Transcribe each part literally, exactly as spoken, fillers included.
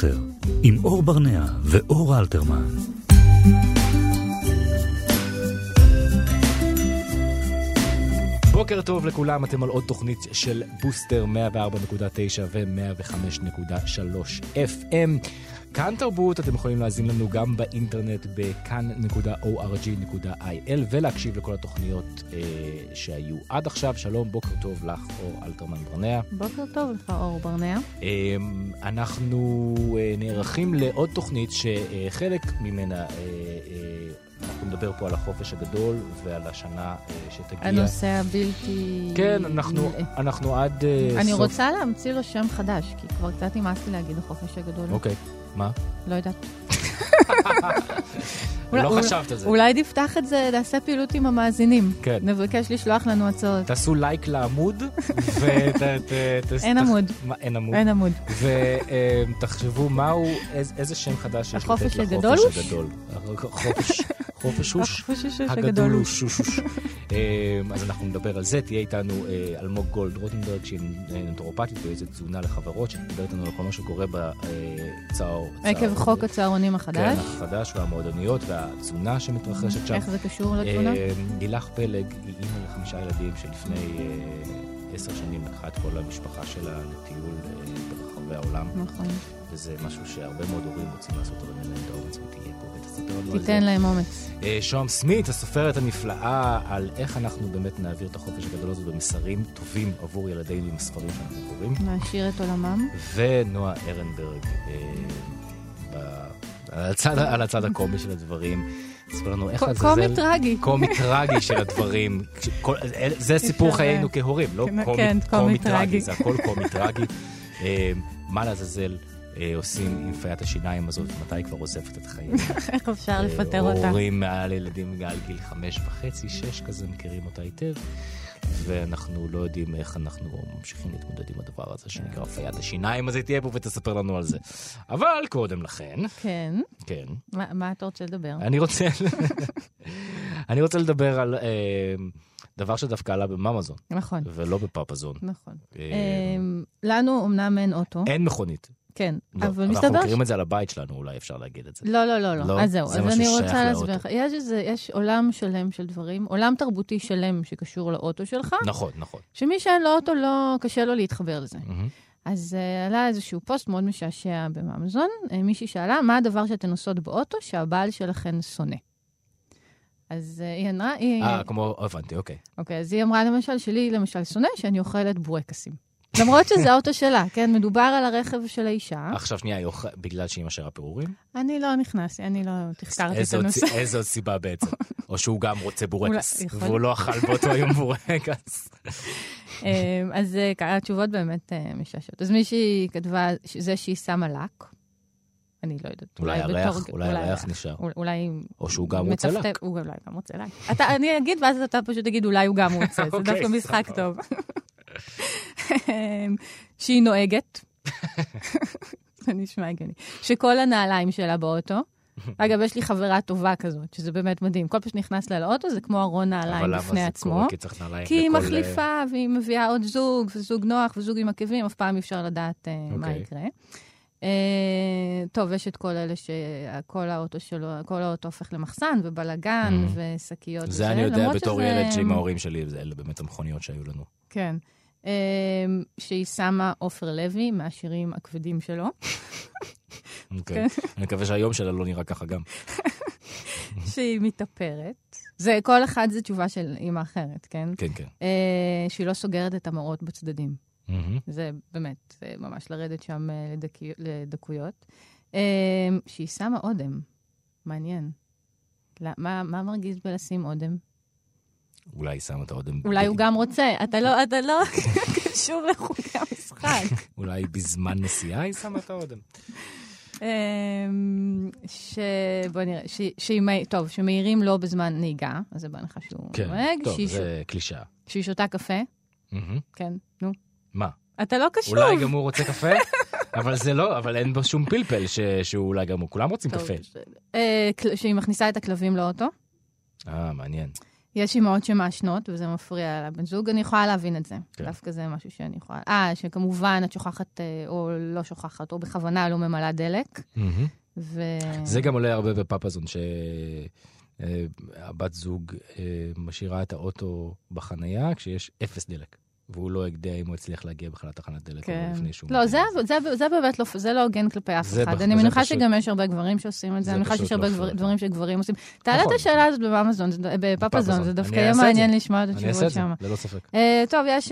עשר, עם אור ברנע ואור אלתרמן. בוקר טוב לכולם, אתם על עוד תוכנית של בוסטר מאה וארבע נקודה תשע ו-מאה וחמש נקודה שלוש אף אם. כאן תרבות, אתם יכולים להזין לנו גם באינטרנט בכאן נקודה או אר ג'י נקודה איי אל ולהקשיב לכל התוכניות אה, שהיו עד עכשיו. שלום, בוקר טוב לך, אור אלתרמן ברנע. בוקר טוב לך, אור ברנע. אה, אנחנו אה, נערכים לעוד תוכנית שחלק ממנה... אה, אה, אנחנו נדבר פה על החופש הגדול ועל השנה שתגיע. הנושא הבלתי... כן, אנחנו, אנחנו עד אני סוף... רוצה להמציא לו שם חדש, כי כבר קצת נמאס לי להגיד החופש הגדול. אוקיי, מה? לא יודעת. לא חשבת על זה. אולי נפתח את זה, נעשה פעילות עם המאזינים. כן. נבקש לשלוח לנו הצעות. תעשו לייק לעמוד. אין עמוד. אין עמוד. אין עמוד. ותחשבו מהו, איזה שם חדש יש לתת לחופש הגדול. חופש חופשוש הגדולוש. אז אנחנו נדבר על זה. תהיה איתנו אלמוג גולד רוטנברג, שהיא נטורופטית ויועצת תזונה לחברות, שתדבר איתנו על כל מה שקורה בצער. עקב חוק הצהרונים החדש. כן, החדש והמועדוניות והתזונה שמתרחשת שם. איך זה קשור לתזונה? לילך פלג היא אימא לחמישה ילדים שלפני עשר שנים לקחה את כל המשפחה שלה לטיול ברחבי העולם. נכון. וזה משהו שהרבה מאוד הורים רוצים לעשות, אבל אין להם את האומץ ותהיה פה ותספר לנו על זה. תיתן להם אומץ. שום סמית, הסופרת הנפלאה, על איך אנחנו באמת נעביר את החופש הגדול הזה במסרים טובים עבור ילדינו עם הספרים שאנחנו קוראים. להשאיר את עולמם. ונועה ארנברג, על הצד הקומי של הדברים. תספר לנו איך לעזאזל... קומי טרגי. קומי טרגי של הדברים. זה סיפור חיינו כהורים, לא קומי טרגי. זה הכל קומי טרגי. מה לעזאזל עושים עם פיית השיניים הזאת, מתי כבר עוזבת את חיים. איך אפשר לפטר אותה? הורים מעל ילדים מעל גיל חמש וחצי, שש כזה, מכירים אותה היטב, ואנחנו לא יודעים איך אנחנו ממשיכים להתמודד עם הדבר הזה, שנקרא פיית השיניים, אז היא תהיה פה ותספר לנו על זה. אבל קודם לכן... כן. כן. מה אתה רוצה לדבר? אני רוצה... אני רוצה לדבר על... דבר שדווקא עלה במאמזון. נכון. ולא בפאפזון. נכון. לנו אומנם אין אוטו. אין מכונית. כן, לא, אבל מסתבר... אנחנו מכירים את זה על הבית שלנו, אולי אפשר להגיד את זה. לא, לא, לא, לא. לא? אז זהו, זה אז משהו אני שייך רוצה להסביר לאוטו. לך. יש איזה, יש עולם שלם של דברים, עולם תרבותי שלם שקשור לאוטו שלך. נכון, נכון. שמי שאין לו אוטו, לא, קשה לו להתחבר לזה. Mm-hmm. אז uh, עלה איזשהו פוסט מאוד משעשע במאמזון, uh, מישהי שאלה, מה הדבר שאתן עושות באוטו שהבעל שלכן שונא? אז uh, היא ענה... אה, כמו, הבנתי, אוקיי. אוקיי, אז היא אמרה למשל, שלי למשל שונא שאני אוכלת בורקסים. למרות שזה האוטו שלה, כן? מדובר על הרכב של האישה. עכשיו שנייה, בגלל שהיא משאירה פירורים? אני לא נכנסתי, אני לא תחקרתי את הנושא. איזו סיבה בעצם? או שהוא גם רוצה בורקס, והוא לא אכל באותו היום בורקס. אז התשובות באמת משעשעות. אז מישהי כתבה, זה שהיא שמה לק, אני לא יודעת. אולי הריח, אולי הריח נשאר. או שהוא גם רוצה לק. הוא אולי גם רוצה לק. אני אגיד, ואז אתה פשוט תגיד, אולי הוא גם רוצה. זה דווקא משחק טוב. שהיא נוהגת. זה נשמע הגיוני. שכל הנעליים שלה באוטו, אגב, יש לי חברה טובה כזאת, שזה באמת מדהים. כל פעם שנכנס לה לאוטו, זה כמו ארון נעליים בפני עצמו. אבל למה זה קורה? כי צריך נעליים כי היא מחליפה, והיא מביאה עוד זוג, וזוג נוח, וזוג עם עקבים, אף פעם אפשר לדעת מה יקרה. טוב, יש את כל אלה שכל האוטו שלו, כל האוטו הופך למחסן, ובלגן, ושקיות. זה אני יודע בתור ילד שעם ההורים שלי, אלה באמת המכוניות שהיו לנו. כן. שהיא שמה עופר לוי, מהשירים הכבדים שלו. אוקיי. אני מקווה שהיום שלה לא נראה ככה גם. שהיא מתאפרת. זה, כל אחד זה תשובה של אימא אחרת, כן? כן, כן. שהיא לא סוגרת את המראות בצדדים. זה באמת, זה ממש לרדת שם לדקויות. שהיא שמה אודם. מעניין. מה מרגיז בלשים אודם? אולי היא שמה את האודם. אולי הוא גם רוצה. אתה לא, אתה לא קשור לחוקי המשחק. אולי בזמן נסיעה היא שמה את האודם. שבוא נראה, טוב, שמהירים לא בזמן נהיגה, אז זה בהנחה שהוא נוהג. טוב, זה קלישה. שהיא שותה קפה. כן, נו. מה? אתה לא קשור. אולי גם הוא רוצה קפה, אבל זה לא, אבל אין בו שום פלפל שהוא אולי גם הוא. כולם רוצים קפה. שהיא מכניסה את הכלבים לאוטו. אה, מעניין. יש אימהות שמעשנות, וזה מפריע לבן זוג, אני יכולה להבין את זה. כן. דווקא זה משהו שאני יכולה... אה, שכמובן את שוכחת, או לא שוכחת, או בכוונה לא ממלאה דלק. Mm-hmm. ו... זה גם עולה הרבה בפאפזון, שהבת זוג משאירה את האוטו בחנייה, כשיש אפס דלק. והוא לא יודע אם הוא הצליח להגיע בכלל לתחנת דלק. כן. לא, זה, זה, זה באמת לא, זה לא הוגן כלפי אף אחד. אני מניחה שגם יש הרבה גברים שעושים את זה, אני מניחה שיש הרבה דברים שגברים עושים. תעלה את השאלה הזאת באמזון, בפאפזון, זה דווקא יהיה מעניין לשמוע את התשובות שם. ללא ספק. טוב, יש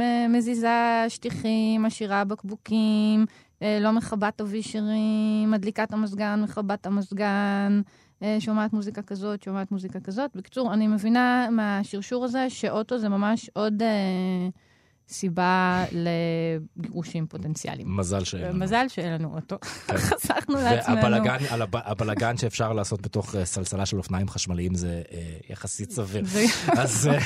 מזיזה שטיחים, משאירה בקבוקים, לא מחבת אבישרים, מדליקת המזגן, מחבת המזגן, שומעת מוזיקה כזאת, שומעת מוזיקה כזאת. בקיצור, אני מבינה מהשרשור הזה שאוטו זה ממש עוד אה, סיבה לגירושים פוטנציאליים. מזל שאין לנו. מזל שאין לנו אוטו. חסכנו לעצמנו. והבלגן שאפשר לעשות בתוך סלסלה של אופניים חשמליים זה אה, יחסית סביר. אז אה,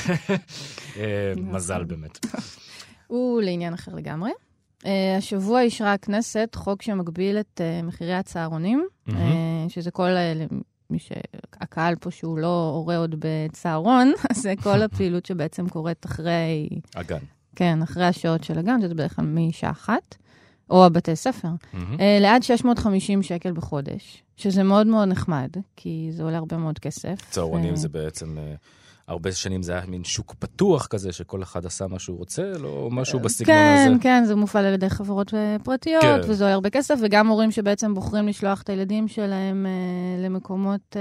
אה, מזל באמת. ולעניין אחר לגמרי. Uh, השבוע אישרה הכנסת חוק שמגביל את uh, מחירי הצהרונים, mm-hmm. uh, שזה כל, uh, מי שהקהל פה שהוא לא הורה עוד בצהרון, זה כל הפעילות שבעצם קורית אחרי... הגן. כן, אחרי השעות של הגן, שזה בדרך כלל משעה אחת, או הבתי ספר. Mm-hmm. Uh, לעד שש מאות וחמישים שקל בחודש, שזה מאוד מאוד נחמד, כי זה עולה הרבה מאוד כסף. צהרונים uh, זה בעצם... Uh... הרבה שנים זה היה מין שוק פתוח כזה, שכל אחד עשה מה שהוא רוצה, לא משהו בסגנון כן, הזה. כן, כן, זה מופעל על ידי חברות פרטיות, כן. וזה עולה הרבה כסף, וגם הורים שבעצם בוחרים לשלוח את הילדים שלהם אה, למקומות אה,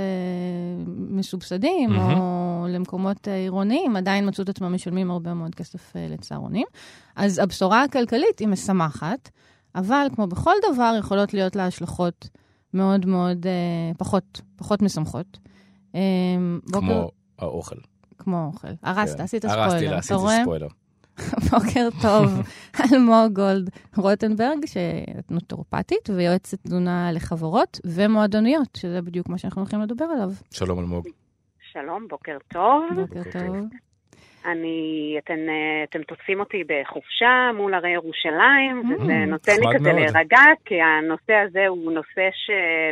מסובסדים, mm-hmm. או למקומות אה, עירוניים, עדיין מצאו את עצמם משלמים הרבה מאוד כסף אה, לצהרונים. אז הבשורה הכלכלית היא משמחת, אבל כמו בכל דבר, יכולות להיות לה השלכות מאוד מאוד אה, פחות, פחות משמחות. אה, כמו בוקר... האוכל. כמו אוכל. הרסת, עשית ספוילר. הרסתי לה, עשיתי ספוילר. בוקר טוב, אלמוג גולד רוטנברג, שאת נוטורפטית ויועצת תזונה לחברות ומועדוניות, שזה בדיוק מה שאנחנו הולכים לדבר עליו. שלום אלמוג. שלום, בוקר טוב. בוקר טוב. אני, אתם, אתם תופסים אותי בחופשה מול הרי ירושלים, וזה נותן לי כזה להירגע, כי הנושא הזה הוא נושא ש...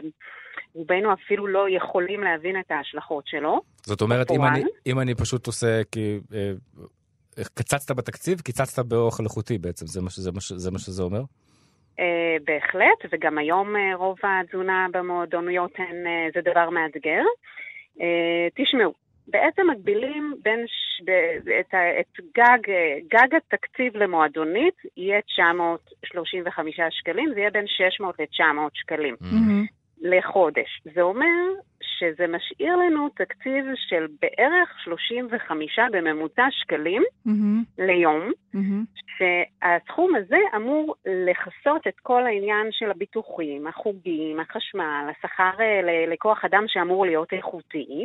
רובנו אפילו לא יכולים להבין את ההשלכות שלו. זאת אומרת, אם אני, אם אני פשוט עושה, כי, אה, קצצת בתקציב, קיצצת באוכל איכותי בעצם, זה מה, זה, זה מה שזה אומר? אה, בהחלט, וגם היום אה, רוב התזונה במועדוניות הן, אה, זה דבר מאתגר. אה, תשמעו, בעצם מגבילים בין ש... את, את גג, גג התקציב למועדונית יהיה תשע מאות שלושים וחמישה שקלים, זה יהיה בין שש מאות ל-תשע מאות שקלים. Mm-hmm. לחודש. זה אומר שזה משאיר לנו תקציב של בערך שלושים וחמישה בממוצע שקלים mm-hmm. ליום, mm-hmm. שהסכום הזה אמור לחסות את כל העניין של הביטוחים, החוגים, החשמל, השכר לכוח אדם שאמור להיות איכותי,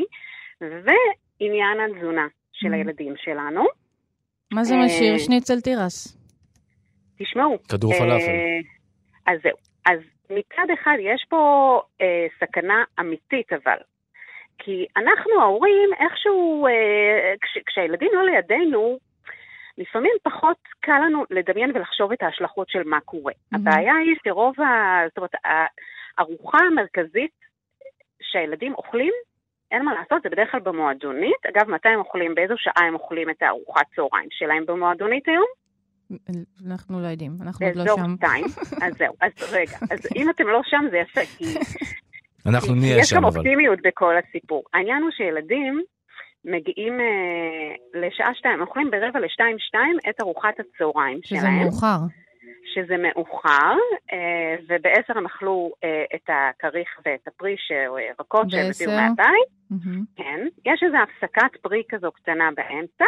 ועניין התזונה של mm-hmm. הילדים שלנו. מה זה משאיר? שניצל תירס. תשמעו. כדור פלאפל. אז זהו. אז מצד אחד יש פה אה, סכנה אמיתית אבל, כי אנחנו ההורים איכשהו, אה, כש, כשהילדים לא לידינו, לפעמים פחות קל לנו לדמיין ולחשוב את ההשלכות של מה קורה. Mm-hmm. הבעיה היא שרוב ה, זאת אומרת, הארוחה המרכזית שהילדים אוכלים, אין מה לעשות, זה בדרך כלל במועדונית. אגב, מתי הם אוכלים, באיזו שעה הם אוכלים את הארוחת צהריים שלהם במועדונית היום? אנחנו לא יודעים, אנחנו עוד לא שם. באזור שתיים, אז זהו, אז רגע, אז אם אתם לא שם זה יפה, כי אנחנו נהיה שם, אבל. יש גם אופטימיות בכל הסיפור. העניין הוא שילדים מגיעים לשעה שתיים, אוכלים ברבע לשתיים שתיים את ארוחת הצהריים שלהם. שזה מאוחר. שזה מאוחר, ובעשר הם אכלו את הכריך ואת הפרי שרקות שהם הביאו מהבית. כן, יש איזו הפסקת פרי כזו קטנה באמצע,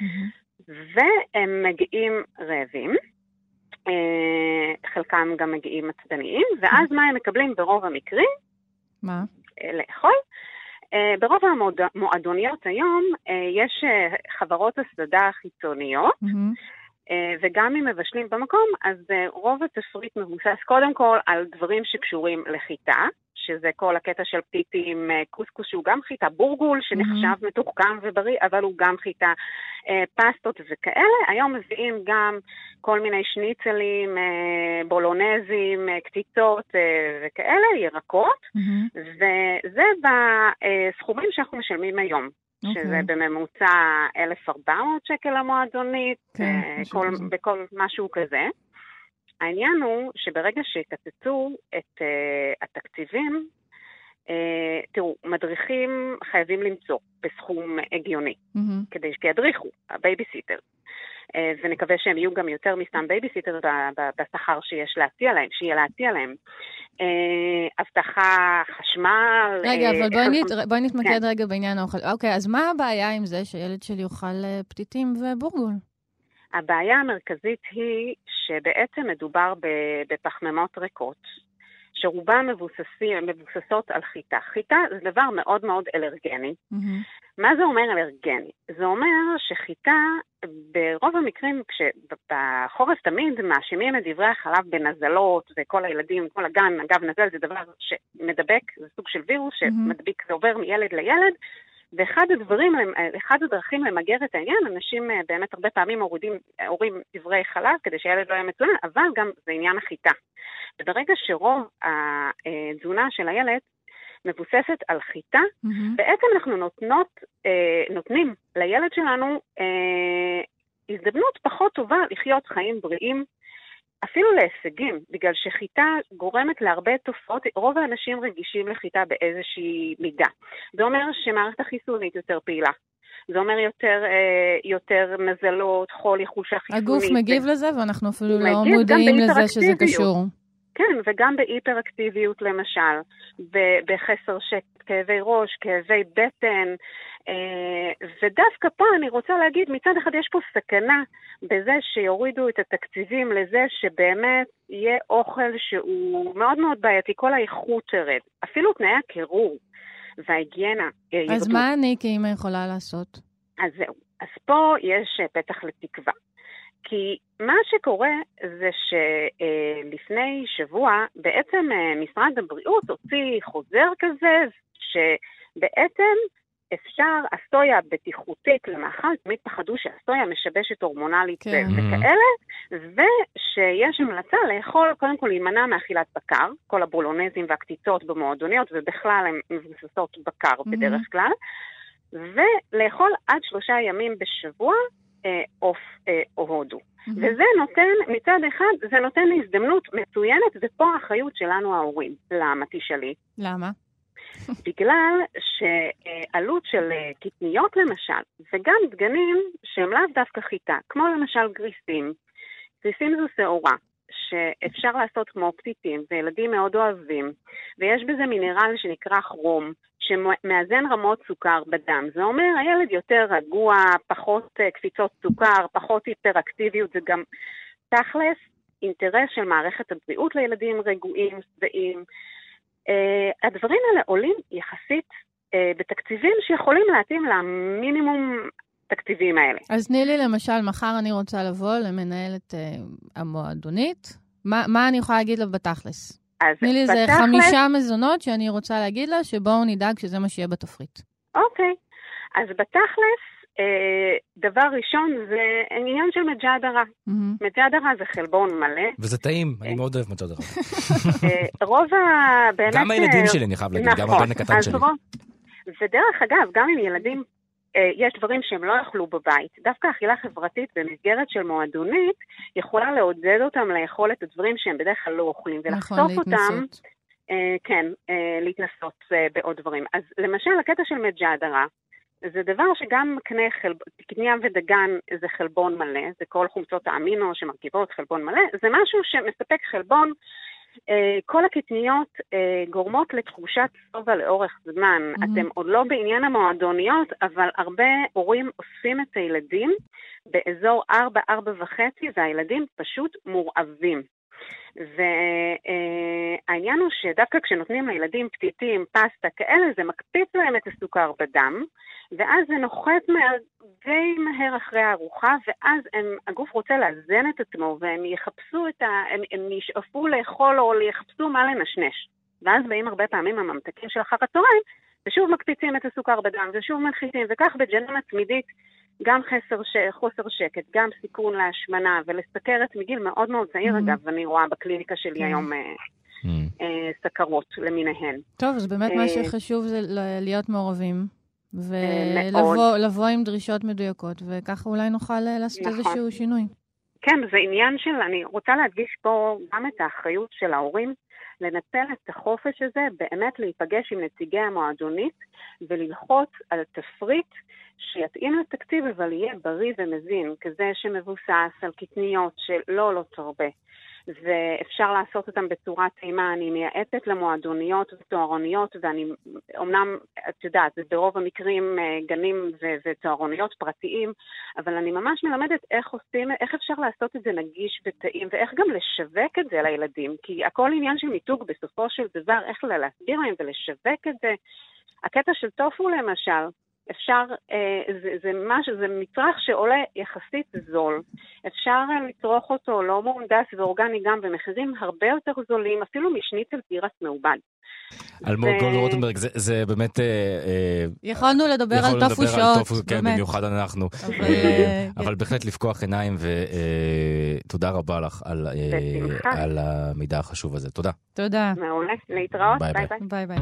והם מגיעים רעבים, חלקם גם מגיעים מצדניים, ואז מה הם מקבלים ברוב המקרים? מה? לאכול. ברוב המועדוניות היום יש חברות הסעדה חיצוניות, וגם אם מבשלים במקום, אז רוב התפריט מבוסס קודם כל על דברים שקשורים לחיטה, שזה כל הקטע של פיתים, קוסקוס שהוא גם חיטה, בורגול שנחשב מתוחכם ובריא, אבל הוא גם חיטה, פסטות וכאלה. היום מביאים גם כל מיני שניצלים, בולונזים, קציצות וכאלה, ירקות, וזה בסכומים שאנחנו משלמים היום. שזה בממוצע אלף וארבע מאות שקל למועדונית, כל, בכל משהו כזה. העניין הוא שברגע שקצצו את uh, התקציבים, uh, תראו, מדריכים חייבים למצוא בסכום הגיוני, mm-hmm. כדי שידריכו, הבייביסיטר. Uh, ונקווה שהם יהיו גם יותר מסתם בייביסיטר בשכר שיש להציע להם, שיהיה להציע להם. הבטחה, חשמל... רגע, אבל בואי, נת, בואי נתמקד כן. רגע בעניין האוכל. אוקיי, אז מה הבעיה עם זה שילד שלי יאכל פתיתים ובורגול? הבעיה המרכזית היא שבעצם מדובר בפחמימות ריקות, שרובן מבוססות על חיטה. חיטה זה דבר מאוד מאוד אלרגני. Mm-hmm. מה זה אומר אלרגני? זה אומר שחיטה, ברוב המקרים, כשבחורף תמיד מאשימים את דברי החלב בנזלות, וכל הילדים, כל הגן, אגב, נזל זה דבר שמדבק, זה סוג של וירוס שמדביק, זה עובר מילד לילד, ואחד הדברים, אחד הדרכים למגר את העניין, אנשים באמת הרבה פעמים הורידים, הורים דברי חלב כדי שהילד לא יהיה מצונן, אבל גם זה עניין החיטה. וברגע שרוב התזונה של הילד מבוססת על חיטה, mm-hmm. בעצם אנחנו נותנות, אה, נותנים לילד שלנו אה, הזדמנות פחות טובה לחיות חיים בריאים, אפילו להישגים, בגלל שחיטה גורמת להרבה תופעות, רוב האנשים רגישים לחיטה באיזושהי מידה. זה אומר שמערכת החיסונית יותר פעילה. זה אומר יותר, אה, יותר נזלות, חולי, חושה חיסונית. הגוף מגיב ו... לזה, ואנחנו אפילו לא מודעים לזה שזה קשור. כן, וגם בהיפראקטיביות למשל, בחסר שקט, כאבי ראש, כאבי בטן, ודווקא פה אני רוצה להגיד, מצד אחד יש פה סכנה בזה שיורידו את התקציבים לזה שבאמת יהיה אוכל שהוא מאוד מאוד בעייתי, כל האיכות תרד, אפילו תנאי הקירור וההיגיינה. אז ירדו. מה אני כאמא יכולה לעשות? אז זהו, אז פה יש פתח לתקווה. כי מה שקורה זה שלפני שבוע בעצם משרד הבריאות הוציא חוזר כזה שבעצם אפשר, הסויה בטיחותית למאכל, תמיד פחדו שהסויה משבשת הורמונלית כן. וכאלה, ושיש המלצה לאכול, קודם כל להימנע מאכילת בקר, כל הבולונזים והקטיצות במועדוניות, ובכלל הן מבוססות בקר mm-hmm. בדרך כלל, ולאכול עד שלושה ימים בשבוע, עוף או הודו. Mm-hmm. וזה נותן, מצד אחד, זה נותן הזדמנות מצוינת, ופה האחריות שלנו ההורים. למה תשאלי? למה? בגלל שעלות של קטניות למשל, וגם דגנים שהם לאו דווקא חיטה, כמו למשל גריסים, גריסים זו שעורה, שאפשר לעשות כמו פתיתים, וילדים מאוד אוהבים, ויש בזה מינרל שנקרא כרום, שמאזן רמות סוכר בדם. זה אומר, הילד יותר רגוע, פחות קפיצות סוכר, פחות היפראקטיביות, זה גם תכלס אינטרס של מערכת הבריאות לילדים רגועים, שבעים. Uh, הדברים האלה עולים יחסית uh, בתקציבים שיכולים להתאים למינימום תקציבים האלה. אז תני לי למשל, מחר אני רוצה לבוא למנהלת uh, המועדונית, מה, מה אני יכולה להגיד לה בתכלס? תני לי איזה חמישה מזונות שאני רוצה להגיד לה, שבואו נדאג שזה מה שיהיה בתפריט. אוקיי, אז בתכלס, אה, דבר ראשון זה עניין של מג'אדרה. Mm-hmm. מג'אדרה זה חלבון מלא. וזה טעים, אני מאוד אוהב מג'אדרה. רוב ה... גם הילדים שלי, אני חייב להגיד, גם הבן הקטן שלי. ודרך אגב, גם עם ילדים, יש דברים שהם לא יאכלו בבית. דווקא אכילה חברתית במסגרת של מועדונית, יכולה לעודד אותם לאכול את הדברים שהם בדרך כלל לא אוכלים, ולחשוף אותם, כן, להתנסות בעוד דברים. אז למשל, הקטע של מג'אדרה, זה דבר שגם מקנה קטניה ודגן זה חלבון מלא, זה כל חומצות האמינו שמרכיבות חלבון מלא, זה משהו שמספק חלבון, כל הקטניות גורמות לתחושת סובה לאורך זמן. Mm-hmm. אתם עוד לא בעניין המועדוניות, אבל הרבה הורים אוספים את הילדים באזור ארבע, ארבע וחצי, והילדים פשוט מורעבים. והעניין הוא שדווקא כשנותנים לילדים פתיתים, פסטה כאלה, זה מקפיץ להם את הסוכר בדם, ואז זה נוחת די מהר אחרי הארוחה, ואז הם, הגוף רוצה לאזן את עצמו, והם יחפשו את ה... הם, הם ישאפו לאכול או יחפשו מה לנשנש. ואז באים הרבה פעמים הממתקים של אחר הצהריים, ושוב מקפיצים את הסוכר בדם, ושוב מנחיתים, וכך בג'ננה תמידית, גם חסר ש... חוסר שקט, גם סיכון להשמנה ולסכרת מגיל מאוד מאוד צעיר, mm-hmm. אגב, אני רואה בקליניקה שלי mm-hmm. היום mm-hmm. סכרות למיניהן. טוב, אז באמת מה שחשוב זה להיות מעורבים. ולבוא עם דרישות מדויקות, וככה אולי נוכל לעשות איזשהו שינוי. כן, זה עניין של, אני רוצה להדגיש פה גם את האחריות של ההורים, לנצל את החופש הזה, באמת להיפגש עם נציגי המועדונית, וללחוץ על תפריט שיתאים לתקציב, אבל יהיה בריא ומזין, כזה שמבוסס על קטניות שלא עולות הרבה. ואפשר לעשות אותם בצורה טעימה. אני מייעצת למועדוניות ותוארוניות, ואני, אמנם, את יודעת, זה ברוב המקרים גנים ו- ותוארוניות פרטיים, אבל אני ממש מלמדת איך עושים, איך אפשר לעשות את זה נגיש וטעים, ואיך גם לשווק את זה לילדים, כי הכל עניין של מיתוג בסופו של דבר, איך להסביר להם ולשווק את זה. הקטע של טופו למשל, אפשר, זה, זה, משהו, זה מצרך שעולה יחסית זול. אפשר לצרוך אותו לא מהונדס ואורגני גם במחירים הרבה יותר זולים, אפילו משניצל תירס מעובד. אלמוג רוטנברג, זה, זה באמת... יכולנו לדבר על טופו שעות. כן, במיוחד אנחנו. אבל בהחלט לפקוח עיניים, ותודה רבה לך על המידע החשוב הזה. תודה. תודה. מעולה, להתראות. ביי ביי. ביי ביי.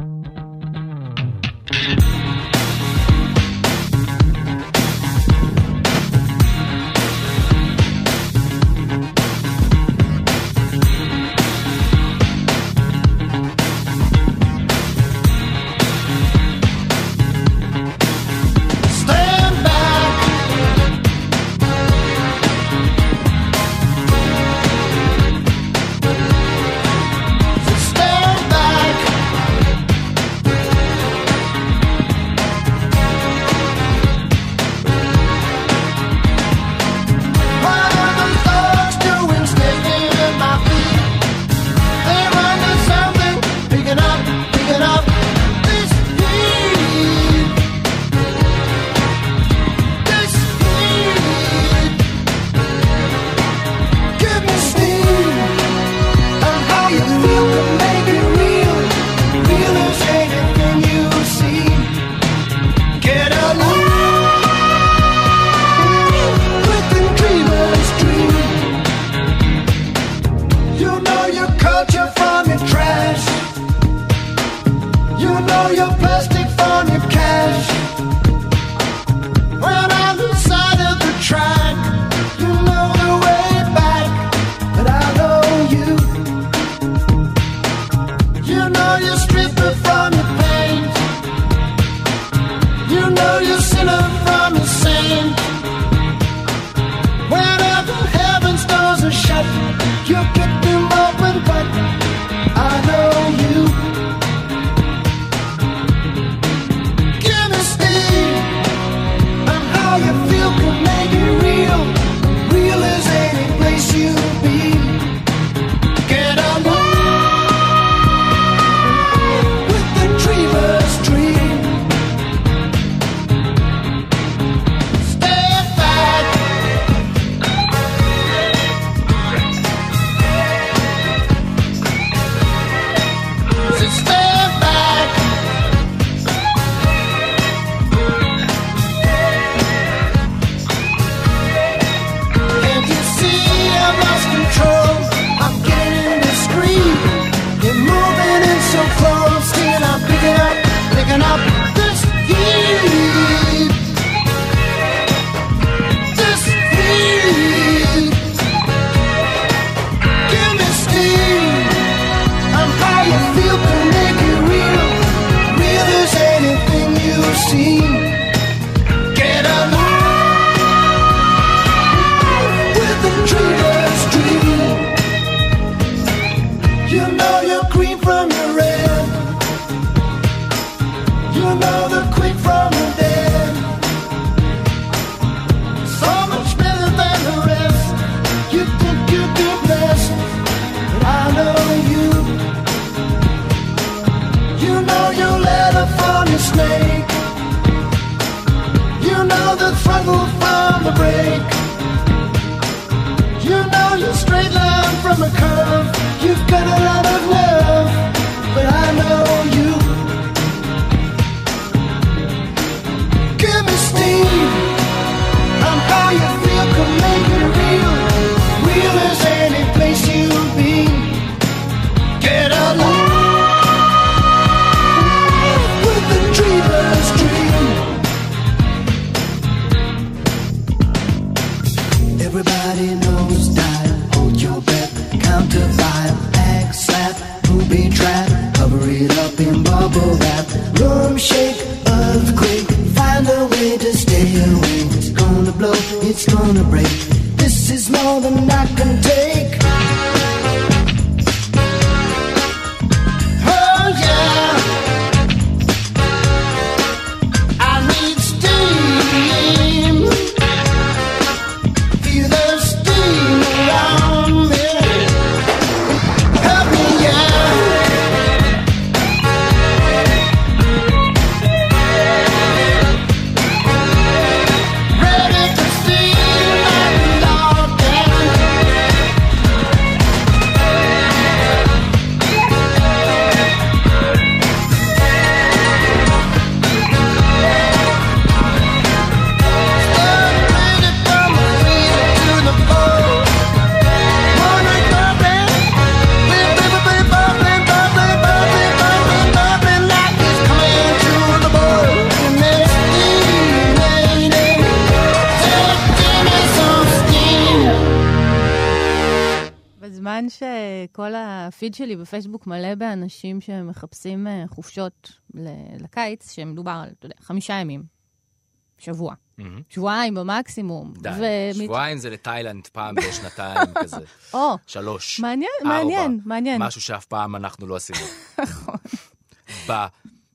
Everybody knows style. Hold your breath, count to five. Act, slap, booby trap. Cover it up in bubble wrap. Room shake, earthquake. Find a way to stay away. It's gonna blow, it's gonna break. This is more than I can take. Oh yeah. I need steam. Feel the steam around me. Help me, yeah. Ready to steam and all down. Ready from my feet to the floor. Wanna bubbling, bubbling, bubbling, bubbling, bubbling, bubbling, bubbling like it's coming to the boil. And there's steam waiting. Just give me some steam. בזמן שכל הפיד שלי בפייסבוק מלא באנשים שמחפשים אה, חופשות ל- לקיץ, שמדובר על, אתה יודע, חמישה ימים, שבוע. שבועיים במקסימום. די, ומת- שבועיים זה לתאילנד פעם בשנתיים כזה. או, שלוש. מעניין, ארבע. מעניין, מעניין. משהו שאף פעם אנחנו לא עשינו. באי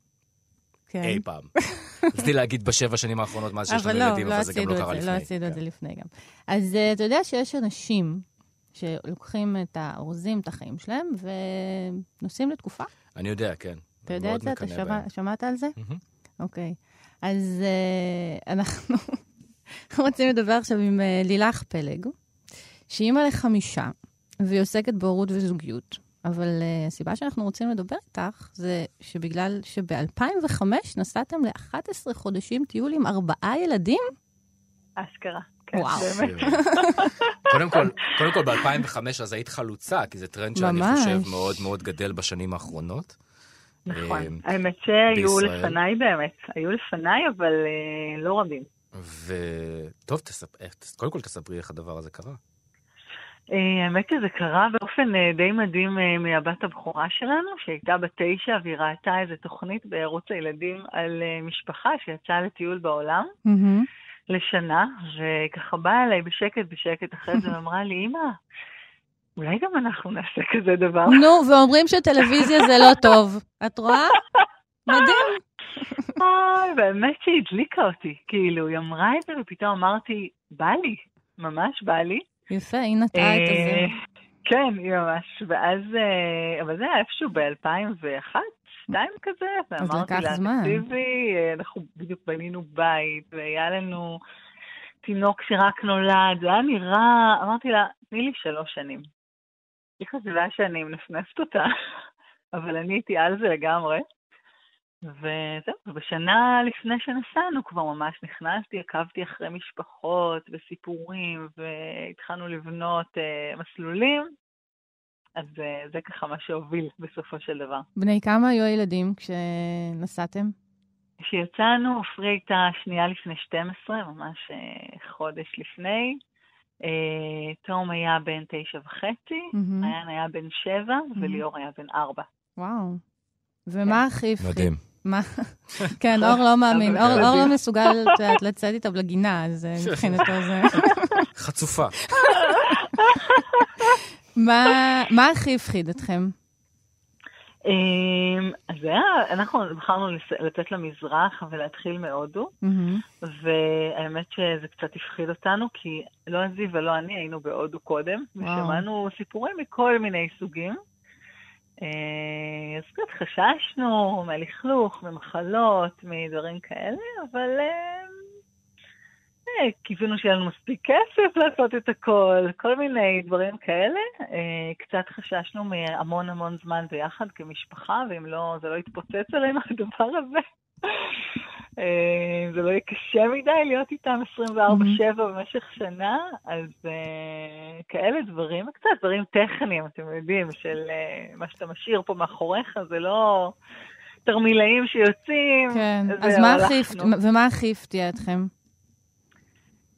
כן. פעם. רציתי להגיד בשבע שנים האחרונות מה שיש לנו אבל לא, ילדים, לא אבל זה גם עשינו לא את קרה זה, לפני. לא עשינו את כן. זה לפני גם. אז אה, אתה יודע שיש אנשים שלוקחים את האורזים, את החיים שלהם, ונוסעים לתקופה? אני יודע, כן. אתה אני יודע מאוד את זה? אתה מקנא שמע- בהם. שמעת על זה? מהמם. אוקיי. אז אה, אנחנו רוצים לדבר עכשיו עם אה, לילך פלג, שהיא אימא לחמישה, והיא עוסקת בהורות וזוגיות. אבל uh, הסיבה שאנחנו רוצים לדבר איתך, זה שבגלל שב-אלפיים וחמש נסעתם ל-אחד עשר חודשים טיול עם ארבעה ילדים? אשכרה. כן, וואו. באמת. קודם כל, קודם כל ב-אלפיים וחמש אז היית חלוצה, כי זה טרנד שאני ממש. חושב מאוד מאוד גדל בשנים האחרונות. נכון. אה, האמת שהיו בישראל. לפניי באמת. היו לפניי, אבל אה, לא רבים. וטוב, תספ... איך- קודם כל תספרי איך הדבר הזה קרה. אה, האמת שזה קרה באופן אה, די מדהים אה, מהבת הבכורה שלנו, שהייתה בת תשע, והיא ראתה איזו תוכנית בערוץ הילדים על אה, משפחה שיצאה לטיול בעולם לשנה, וככה באה אליי בשקט בשקט אחרי זה, ואמרה לי, אמא, אולי גם אנחנו נעשה כזה דבר. נו, ואומרים שטלוויזיה זה לא טוב. את רואה? מדהים. אוי, באמת שהיא הדליקה אותי. כאילו, היא אמרה את זה, ופתאום אמרתי, בא לי, ממש בא לי. יפה, היא נטעה את זה. אה, כן, היא ממש. ואז, אה, אבל זה היה איפשהו ב-אלפיים ואחת, שתיים כזה, ואמרתי לקח לה, זמן. תקשיבי, אה, אנחנו בדיוק בנינו בית, והיה לנו תינוק שרק נולד, זה היה נראה, אמרתי לה, תני לי שלוש שנים. היא חשבה שאני מנפנפת אותה, אבל אני הייתי על זה לגמרי. וזהו, ובשנה לפני שנסענו כבר ממש נכנסתי, עקבתי אחרי משפחות וסיפורים, והתחלנו לבנות uh, מסלולים, אז uh, זה ככה מה שהוביל בסופו של דבר. בני כמה היו הילדים כשנסעתם? כשיצאנו, עפרי הייתה שנייה לפני שתים עשרה, ממש uh, חודש לפני, uh, תום היה בן תשע וחצי, מהמם. עיין היה בן שבע, וליאור היה בן ארבע. וואו. ומה הכי הפחיד? מדהים. מה? כן, אור לא מאמין. אבל אור זה אור לא מדהים. מסוגל את יודעת, לצאת איתו לגינה, אז אה, מבחינתו זה... חצופה. מה- מה הכי הפחיד אתכם? אמ, אז זה היה, אנחנו בחרנו לס- לצאת למזרח ולהתחיל מהודו, מהמם. והאמת שזה קצת הפחיד אותנו, כי לא עזי ולא אני היינו בהודו קודם, וואו. ושמענו סיפורים מכל מיני סוגים. אה, אז קצת חששנו מהלכלוך, ממחלות, מדברים כאלה, אבל אה, אה, קיווינו שיהיה לנו מספיק כסף לעשות את הכל, כל מיני דברים כאלה. אה, קצת חששנו מהמון המון זמן ביחד כמשפחה, ואם לא, זה לא יתפוצץ עלינו הדבר הזה. אה, זה לא יהיה קשה מדי להיות איתם עשרים וארבע שבע במשך שנה, אז אה, כאלה דברים, קצת דברים טכניים, אתם יודעים, של אה, מה שאתה משאיר פה מאחוריך, זה לא תרמילאים שיוצאים. כן. זהו, אז מה הכי הלכנו. הפ- ומה הכי הפתיע אתכם?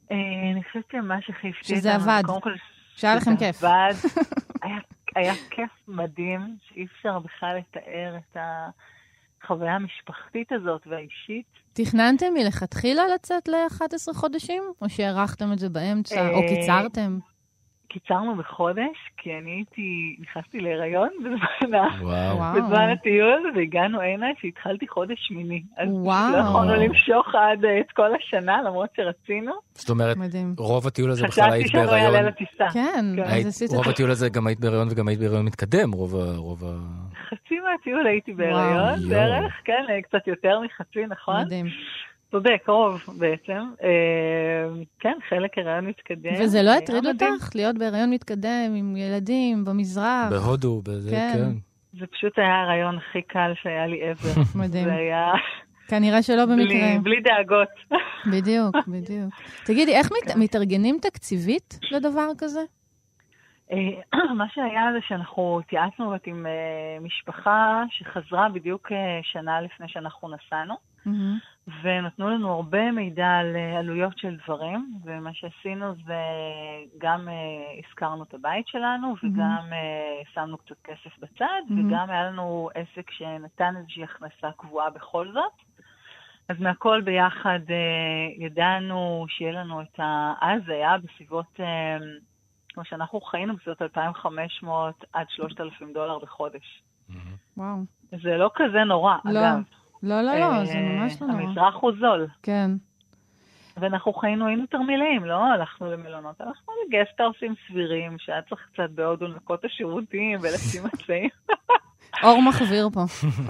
אני חושבת שמה שהכי הפתיע שזה עבד. שהיה לכם כיף. עבד. היה כיף מדהים, שאי אפשר בכלל לתאר את החוויה המשפחתית הזאת והאישית. תכננתם מלכתחילה לצאת ל-אחד עשר חודשים? או שהערכתם את זה באמצע? או קיצרתם? קיצרנו בחודש, כי אני הייתי, נכנסתי להיריון בזמן, וואו. בזמן הטיול, והגענו הנה שהתחלתי חודש שמיני. אז וואו. לא יכולנו למשוך עד את כל השנה, למרות שרצינו. זאת אומרת, מדהים. רוב הטיול הזה בכלל היית חשבתי שלא יעלה לטיסה. כן, היית, אז עשית... רוב הטיול הזה גם היית בהיריון וגם היית בהיריון מתקדם, רוב ה... רוב ה... חצי מהטיול הייתי בהיריון, וואו. בערך, כן, קצת יותר מחצי, נכון? מדהים. צודק, רוב בעצם. כן, חלק הריון מתקדם. וזה לא הטריד אותך להיות בהיריון מתקדם עם ילדים במזרח? בהודו, בזה, כן. זה פשוט היה הרעיון הכי קל שהיה לי ever. מדהים. זה היה... כנראה שלא במקרה. בלי דאגות. בדיוק, בדיוק. תגידי, איך מתארגנים תקציבית לדבר כזה? מה שהיה זה שאנחנו התייעצנו עם משפחה שחזרה בדיוק שנה לפני שאנחנו נסענו. ונתנו לנו הרבה מידע על עלויות של דברים, ומה שעשינו זה גם uh, הזכרנו את הבית שלנו, וגם uh, שמנו קצת כסף בצד, וגם היה לנו עסק שנתן איזושהי הכנסה קבועה בכל זאת. אז מהכל ביחד uh, ידענו שיהיה לנו את ה... אז זה היה בסביבות, uh, כמו שאנחנו חיינו, בסביבות אלפיים וחמש מאות עד שלושת אלפים דולר בחודש. וואו. זה לא כזה נורא, לא. אגב. לא, לא, לא, זה ממש לא נורא. המזרח הוא זול. כן. ואנחנו חיינו, היינו תרמילאים, לא הלכנו למלונות, הלכנו לגסטהאוסים סבירים, שהיה צריך קצת בהודו לנקות את השירותים ולשים מצעים. אור מחוויר פה.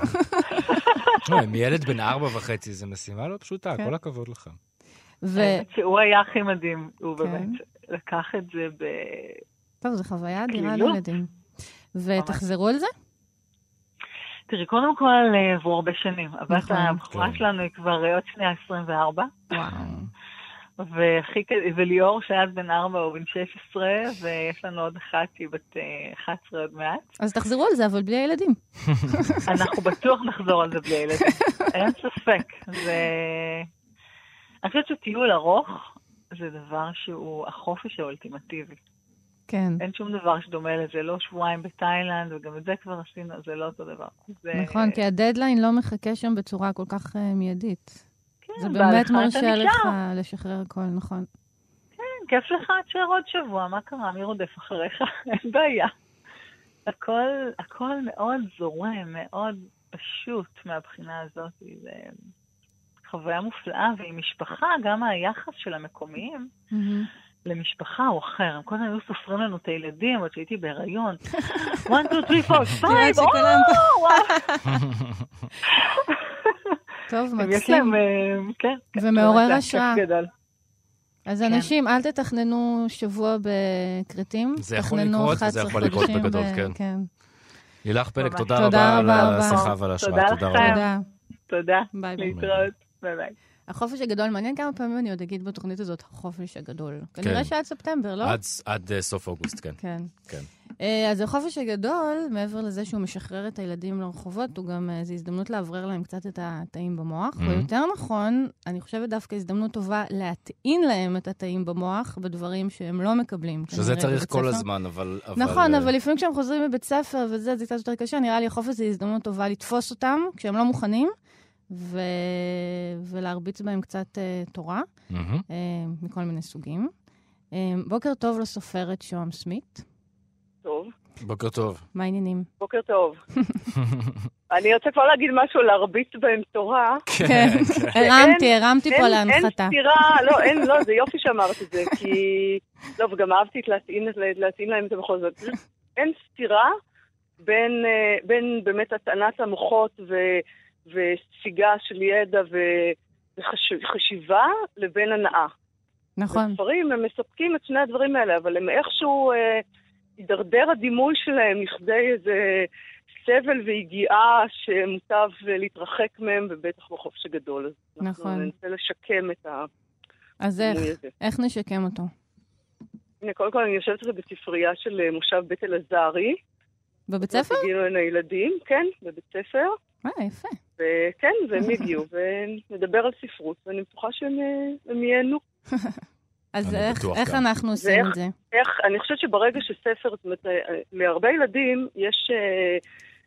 עם ילד בן ארבע וחצי, זה משימה לא פשוטה, כל הכבוד לכם. הוא היה הכי מדהים, הוא באמת לקח את זה ב... טוב, זו חוויה אדירה לילדים. ותחזרו על זה? תראי, קודם כל, עברו הרבה שנים. הבת הבחורה שלנו היא כבר עוד שנייה עשרים וארבע. וואו. וליאור שהיה בן ארבע הוא בן שש עשרה, ויש לנו עוד אחת שהיא בת אחת עשרה עוד מעט. אז תחזרו על זה, אבל בלי הילדים. אנחנו בטוח נחזור על זה בלי הילדים. אין ספק. אני חושבת שטיול ארוך זה דבר שהוא החופש האולטימטיבי. כן. אין שום דבר שדומה לזה, לא שבועיים בתאילנד, וגם את זה כבר עשינו, זה לא אותו דבר. זה... נכון, כי הדדליין לא מחכה שם בצורה כל כך uh, מיידית. כן, זה באמת מרשה לך לשחרר הכל, נכון. כן, כיף לך תשאר עוד שבוע, מה קרה? מי רודף אחריך? אין בעיה. הכל, הכל מאוד זורם, מאוד פשוט מהבחינה הזאת. זה חוויה מופלאה, ועם משפחה, גם היחס של המקומיים, mm-hmm. למשפחה או אחר. הם כל הזמן היו סופרים לנו את הילדים, עוד שהייתי בהיריון. one, two, three, four, five, טוב, מקסים. כן. ומעורר השראה. אז אנשים, אל תתכננו שבוע בקריטים. זה יכול לקרות, וזה יכול לקרות בגדול, כן. לילך פלג, תודה רבה על השיחה ועל ההשראה. תודה לכם. תודה. ביי ביי. להתראות. ביי ביי. החופש הגדול, מעניין כמה פעמים אני עוד אגיד בתוכנית הזאת, החופש הגדול. כנראה שעד ספטמבר, לא? עד סוף אוגוסט, כן. כן. אז החופש הגדול, מעבר לזה שהוא משחרר את הילדים לרחובות, הוא גם, זו הזדמנות לעברר להם קצת את התאים במוח. ויותר נכון, אני חושבת דווקא הזדמנות טובה להטעין להם את התאים במוח בדברים שהם לא מקבלים. שזה צריך כל הזמן, אבל... נכון, אבל לפעמים כשהם חוזרים מבית ספר וזה, זה קצת יותר קשה, נראה לי החופש זו הזדמנות טובה לתפוס אותם כשהם לא מוכנים. ו... ולהרביץ בהם קצת uh, תורה, mm-hmm. uh, מכל מיני סוגים. Uh, בוקר טוב לסופרת שוהם סמית. טוב. בוקר טוב. מה העניינים? בוקר טוב. אני רוצה כבר להגיד משהו להרביץ בהם תורה. כן, הרמתי, הרמתי פה להנחתה. אין סתירה, לא, אין, לא, זה יופי שאמרת את זה, כי... לא, וגם אהבתי להתאים להם את זה בכל זאת. אין סתירה בין, בין באמת הטענת המוחות ו... וספיגה של ידע וחשיבה לבין הנאה. נכון. הספרים, הם מספקים את שני הדברים האלה, אבל הם איכשהו אה, ידרדר הדימוי שלהם לכדי איזה סבל והגיעה שמוטב להתרחק מהם, ובטח בחופש הגדול. נכון. אנחנו ננסה לשקם את הדימוי הזה. אז איך? איך נשקם אותו? הנה, קודם כל אני יושבת את זה בספרייה של מושב בית אלעזרי. בבית ספר? הגיעו לנו ילדים, כן, בבית ספר. אה, יפה. וכן, והם הגיעו, ונדבר על ספרות, ואני בטוחה שהם ייהנו. אז אני איך, בטוח איך גם. אנחנו עושים ואיך- את זה? איך, אני חושבת שברגע שספר, זאת אומרת, אה, להרבה ילדים יש אה,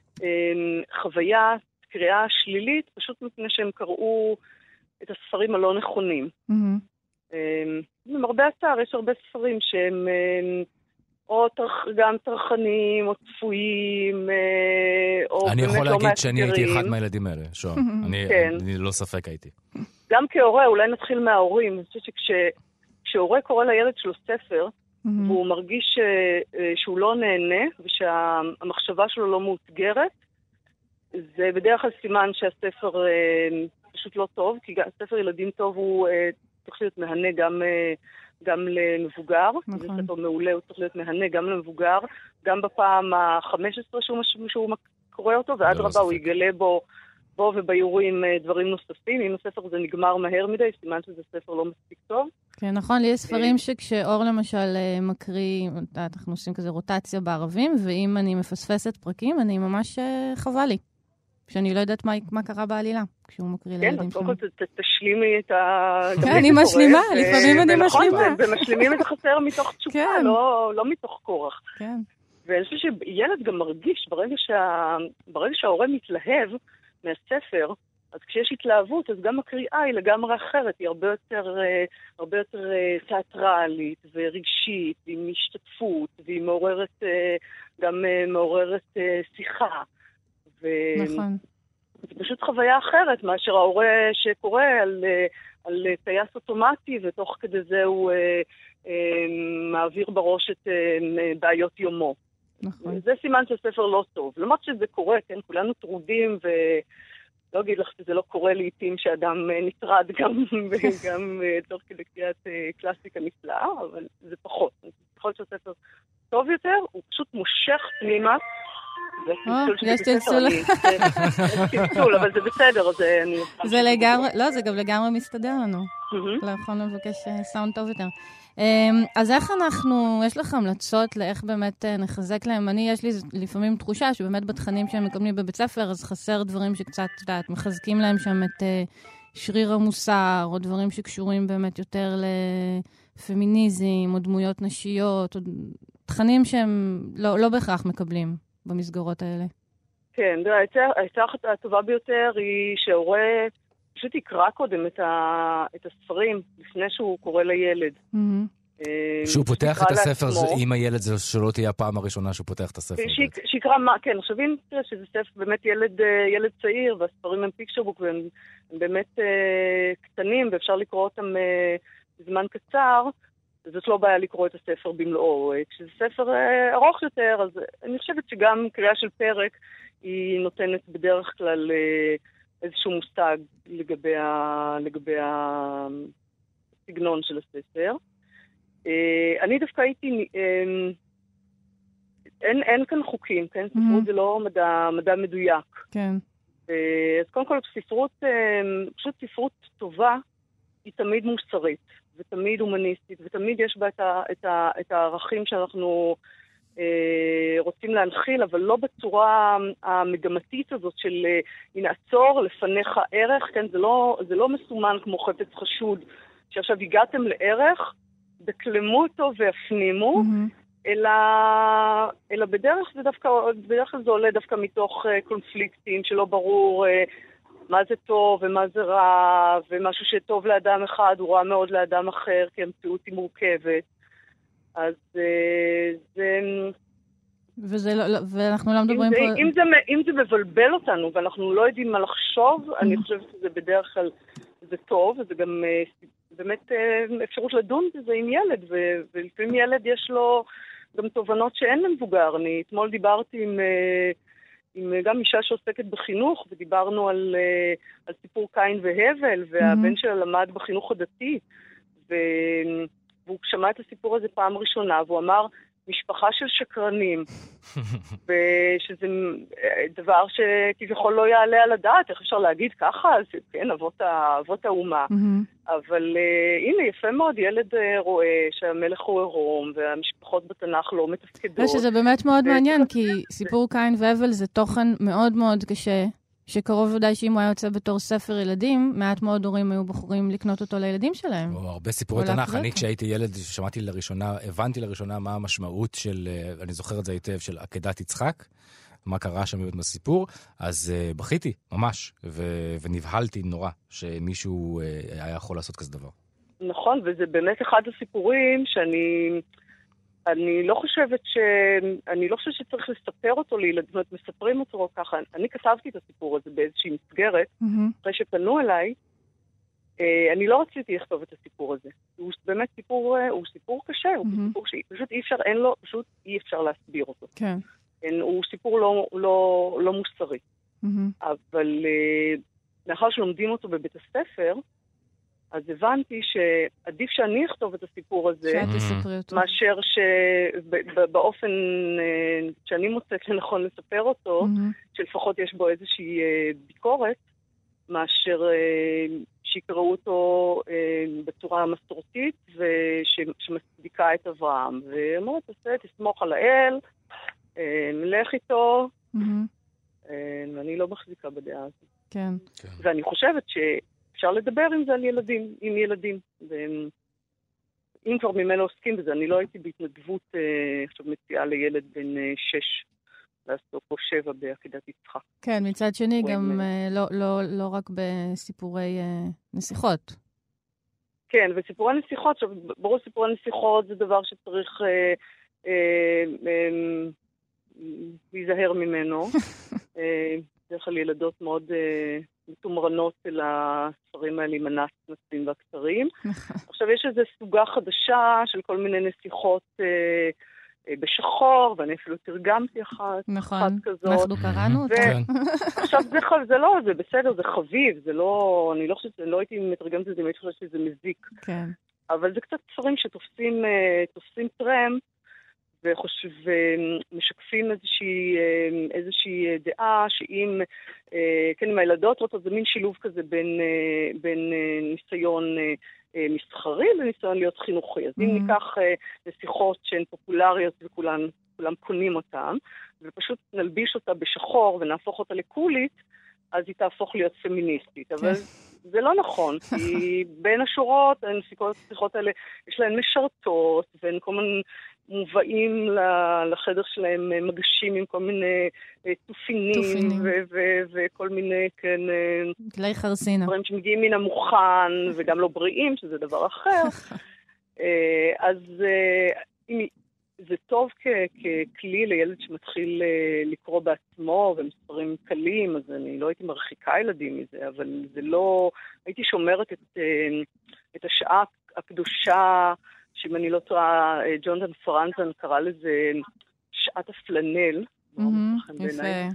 אה, חוויה, קריאה שלילית, פשוט מפני שהם קראו את הספרים הלא נכונים. מהמם. אה, למרבה הצער, יש הרבה ספרים שהם אה, או טרח, גם טרחנים, או צפויים, אה, או אני באמת יכול לא להגיד שאני הייתי מאתגרים. אחד מהילדים האלה, שון. אני כן. אני לא ספק הייתי. גם כהורה, אולי נתחיל מההורים. אני חושבת שכשהורה קורא לילד שלו ספר, מהמם. והוא מרגיש אה, אה, שהוא לא נהנה, ושהמחשבה שלו לא מאותגרת, זה בדרך כלל סימן שהספר אה, פשוט לא טוב, כי גם- ספר ילדים טוב הוא אה, צריך להיות מהנה גם, אה, גם למבוגר. נכון. זה ספר מעולה, הוא צריך להיות מהנה גם למבוגר, גם בפעם ה-חמש עשרה שהוא, מש- שהוא קורא אותו, ועד ללא רבה הוא ספק. יגלה בו, בו וביורים אה, דברים נוספים. אם הספר הזה נגמר מהר מדי, סימן שזה ספר לא מספיק טוב. כן, נכון, לי יש ספרים שכשאור למשל אה, מקריא, אנחנו עושים כזה רוטציה בערבים, ואם אני מפספסת פרקים, אני ממש אה, חבל לי. שאני לא יודעת מה, מה קרה בעלילה, כשהוא מקריא כן, לילדים אז קודם שלנו. כל ת- ת- תשלימי את ה... כן, גם אני לי זה משלימה, קורה, ו- לפעמים אני ונכון, משלימה. ו- ומשלימים את החסר מתוך תשוקה, כן. לא, לא מתוך כורח. כן. ואני חושבת שילד גם מרגיש, ברגע, שה... ברגע שההורה מתלהב מהספר, אז כשיש התלהבות, אז גם הקריאה היא לגמרי אחרת, היא הרבה יותר, אה, הרבה יותר אה, תיאטרלית ורגשית, ועם השתתפות, והיא מעוררת, אה, גם אה, מעוררת אה, שיחה. ו... נכון. זה פשוט חוויה אחרת מאשר ההורה שקורא על, אה, על אה, טייס אוטומטי, ותוך כדי זה הוא אה, אה, מעביר בראש את אה, בעיות יומו. נכון. זה סימן שהספר לא טוב. למרות שזה קורה, כן, כולנו טרודים, ולא אגיד לך שזה לא קורה לעתים שאדם אה, נטרד גם, וגם אה, תוך כדי קריאת אה, קלאסיקה נפלאה, אבל זה פחות. ככל שהספר טוב יותר, הוא פשוט מושך פנימה. זה צלצול יש שבספר צלצול. אני- זה צלצול, אבל זה בסדר, אז אה, אני... זה לגמרי, לא, זה גם לגמרי מסתדר לנו. מהמם. לא יכולנו לבקש אה, סאונד טוב יותר. אמ, אז איך אנחנו, יש לך המלצות לאיך באמת אה, נחזק להם? אני, יש לי לפעמים תחושה שבאמת בתכנים שהם מקבלים בבית ספר, אז חסר דברים שקצת, את יודעת, מחזקים להם שם את אה, שריר המוסר, או דברים שקשורים באמת יותר לפמיניזם, או דמויות נשיות, או תכנים שהם לא, לא בהכרח מקבלים במסגרות האלה. כן, תראה, העצה- העצה הטובה ביותר היא שההורה פשוט יקרא קודם את, ה... את הספרים לפני שהוא קורא לילד. מהמם. אה, שהוא פותח שיקרא את הספר, לעצמו. זה- אם הילד זה שלא תהיה הפעם הראשונה שהוא פותח את הספר. שיק- בעצם. שיקרא מה, כן, עכשיו אם תראה שזה ספר באמת ילד, אה, ילד צעיר, והספרים הם פיקצ'רבוק, והם הם באמת אה, קטנים, ואפשר לקרוא אותם אה, בזמן קצר, זאת לא בעיה לקרוא את הספר במלואו. אה, כשזה ספר אה, ארוך יותר, אז אני חושבת שגם קריאה של פרק, היא נותנת בדרך כלל אה, איזשהו מושג לגבי, ה, לגבי הסגנון של הספר. אה, אני דווקא הייתי... אה, אין, אין כאן חוקים, כן? ספרות זה לא מדע, מדע מדויק. כן. אה, אז קודם כל, ספרות, אה, פשוט ספרות טובה, היא תמיד מוסרית, ותמיד הומניסטית, ותמיד יש בה את, ה, את, ה, את הערכים שאנחנו אה, רוצים להנחיל, אבל לא בצורה המגמתית הזאת של אה, הנה עצור, לפניך ערך, כן? זה לא, זה לא מסומן כמו חפץ חשוד, שעכשיו הגעתם לערך, דקלמו אותו והפנימו, מהמם. אלא, אלא בדרך זה דווקא, בדרך כלל זה עולה דווקא מתוך uh, קונפליקטים שלא ברור uh, מה זה טוב ומה זה רע, ומשהו שטוב לאדם אחד הוא רע מאוד לאדם אחר, כי המציאות היא מורכבת. אז uh, זה... וזה לא, לא, ואנחנו לא אם מדברים זה, פה... אם, זה, אם זה מבלבל אותנו ואנחנו לא יודעים מה לחשוב, אני חושבת שזה בדרך כלל זה טוב, וזה גם uh, באמת uh, אפשרות לדון בזה עם ילד, ו- ולפעמים ילד יש לו גם תובנות שאין למבוגר. אני אתמול דיברתי עם, uh, עם גם אישה שעוסקת בחינוך, ודיברנו על, uh, על סיפור קין והבל, והבן שלה למד בחינוך הדתי, ו- והוא שמע את הסיפור הזה פעם ראשונה, והוא אמר, משפחה של שקרנים, ושזה דבר שכביכול לא יעלה על הדעת, איך אפשר להגיד ככה? אז כן, אבות, אבות האומה. מהמם. אבל uh, הנה, יפה מאוד, ילד uh, רואה שהמלך הוא עירום, והמשפחות בתנ"ך לא מתפקדות. ושזה באמת מאוד ו- מעניין, כי סיפור קין והבל זה תוכן מאוד מאוד קשה, שקרוב ודאי שאם הוא היה יוצא בתור ספר ילדים, מעט מאוד הורים היו בוחרים לקנות אותו לילדים שלהם. או הרבה סיפורי תנ"ך. אני כשהייתי ילד, שמעתי לראשונה, הבנתי לראשונה מה המשמעות של, אני זוכר את זה היטב, של עקדת יצחק, מה קרה שם באמת בסיפור, אז uh, בכיתי, ממש, ו- ונבהלתי נורא שמישהו uh, היה יכול לעשות כזה דבר. נכון, וזה באמת אחד הסיפורים שאני... אני לא חושבת ש... אני לא חושבת שצריך לספר אותו לילדים, זאת אומרת, מספרים אותו ככה. אני כתבתי את הסיפור הזה באיזושהי מסגרת, mm-hmm. אחרי שפנו אליי, אני לא רציתי לכתוב את הסיפור הזה. הוא באמת סיפור, הוא סיפור קשה, הוא mm-hmm. סיפור שפשוט אי אפשר, אין לו, פשוט אי אפשר להסביר אותו. כן. אין, הוא סיפור לא, לא, לא מוסרי. Mm-hmm. אבל לאחר שלומדים אותו בבית הספר, אז הבנתי שעדיף שאני אכתוב את הסיפור הזה, מאשר שבאופן שאני מוצאת לנכון לספר אותו, שלפחות יש בו איזושהי ביקורת, מאשר שיקראו אותו בצורה מסורתית, ושמצדיקה את אברהם. ואמרו, תעשה, תסמוך על האל, נלך איתו, ואני לא מחזיקה בדעה הזאת. כן. ואני חושבת ש... אפשר לדבר עם זה על ילדים, עם ילדים. אם כבר ממנו עוסקים בזה, אני לא הייתי בהתנדבות, עכשיו מציעה לילד בן שש, לעשות פה שבע בעקדת יצחק. כן, מצד שני, גם לא, לא, לא רק בסיפורי נסיכות. כן, וסיפורי נסיכות, עכשיו, ברור סיפורי נסיכות זה דבר שצריך אה, אה, אה, להיזהר ממנו. בדרך כלל ילדות מאוד... אה, מתומרנות אל הספרים האלה עם הנצנצים והקצרים. עכשיו יש איזו סוגה חדשה של כל מיני נסיכות אה, אה, בשחור, ואני אפילו תרגמתי אחת, נכון. אחת כזאת. אנחנו קראנו אותה. ו... עכשיו זה, זה לא, זה בסדר, זה חביב, זה לא, אני לא חושבת, לא הייתי מתרגמת את זה, הייתי חושבת שזה מזיק. כן. אבל זה קצת ספרים שתופסים אה, תופסים טרמפ, וחושב, משקפים איזושהי, איזושהי דעה שאם, כן, עם הילדות רוצות, זה מין שילוב כזה בין, בין ניסיון מסחרי לניסיון להיות חינוכי. אז mm-hmm. אם ניקח נסיכות שהן פופולריות וכולם כולם קונים אותן, ופשוט נלביש אותה בשחור ונהפוך אותה לקולית, אז היא תהפוך להיות פמיניסטית. אבל זה לא נכון, כי בין השורות, הנסיכות האלה, יש להן משרתות, והן כל מיני... מובאים לחדר שלהם מגשים עם כל מיני תופינים וכל מיני, כן, כלי חרסינה. דברים שמגיעים מן המוכן וגם לא בריאים, שזה דבר אחר. אז זה טוב ככלי לילד שמתחיל לקרוא בעצמו ומספרים קלים, אז אני לא הייתי מרחיקה ילדים מזה, אבל זה לא, הייתי שומרת את השעה הקדושה, שאם אני לא טועה, ג'ונתן פרנזן קרא לזה שעת הפלנל, יפה.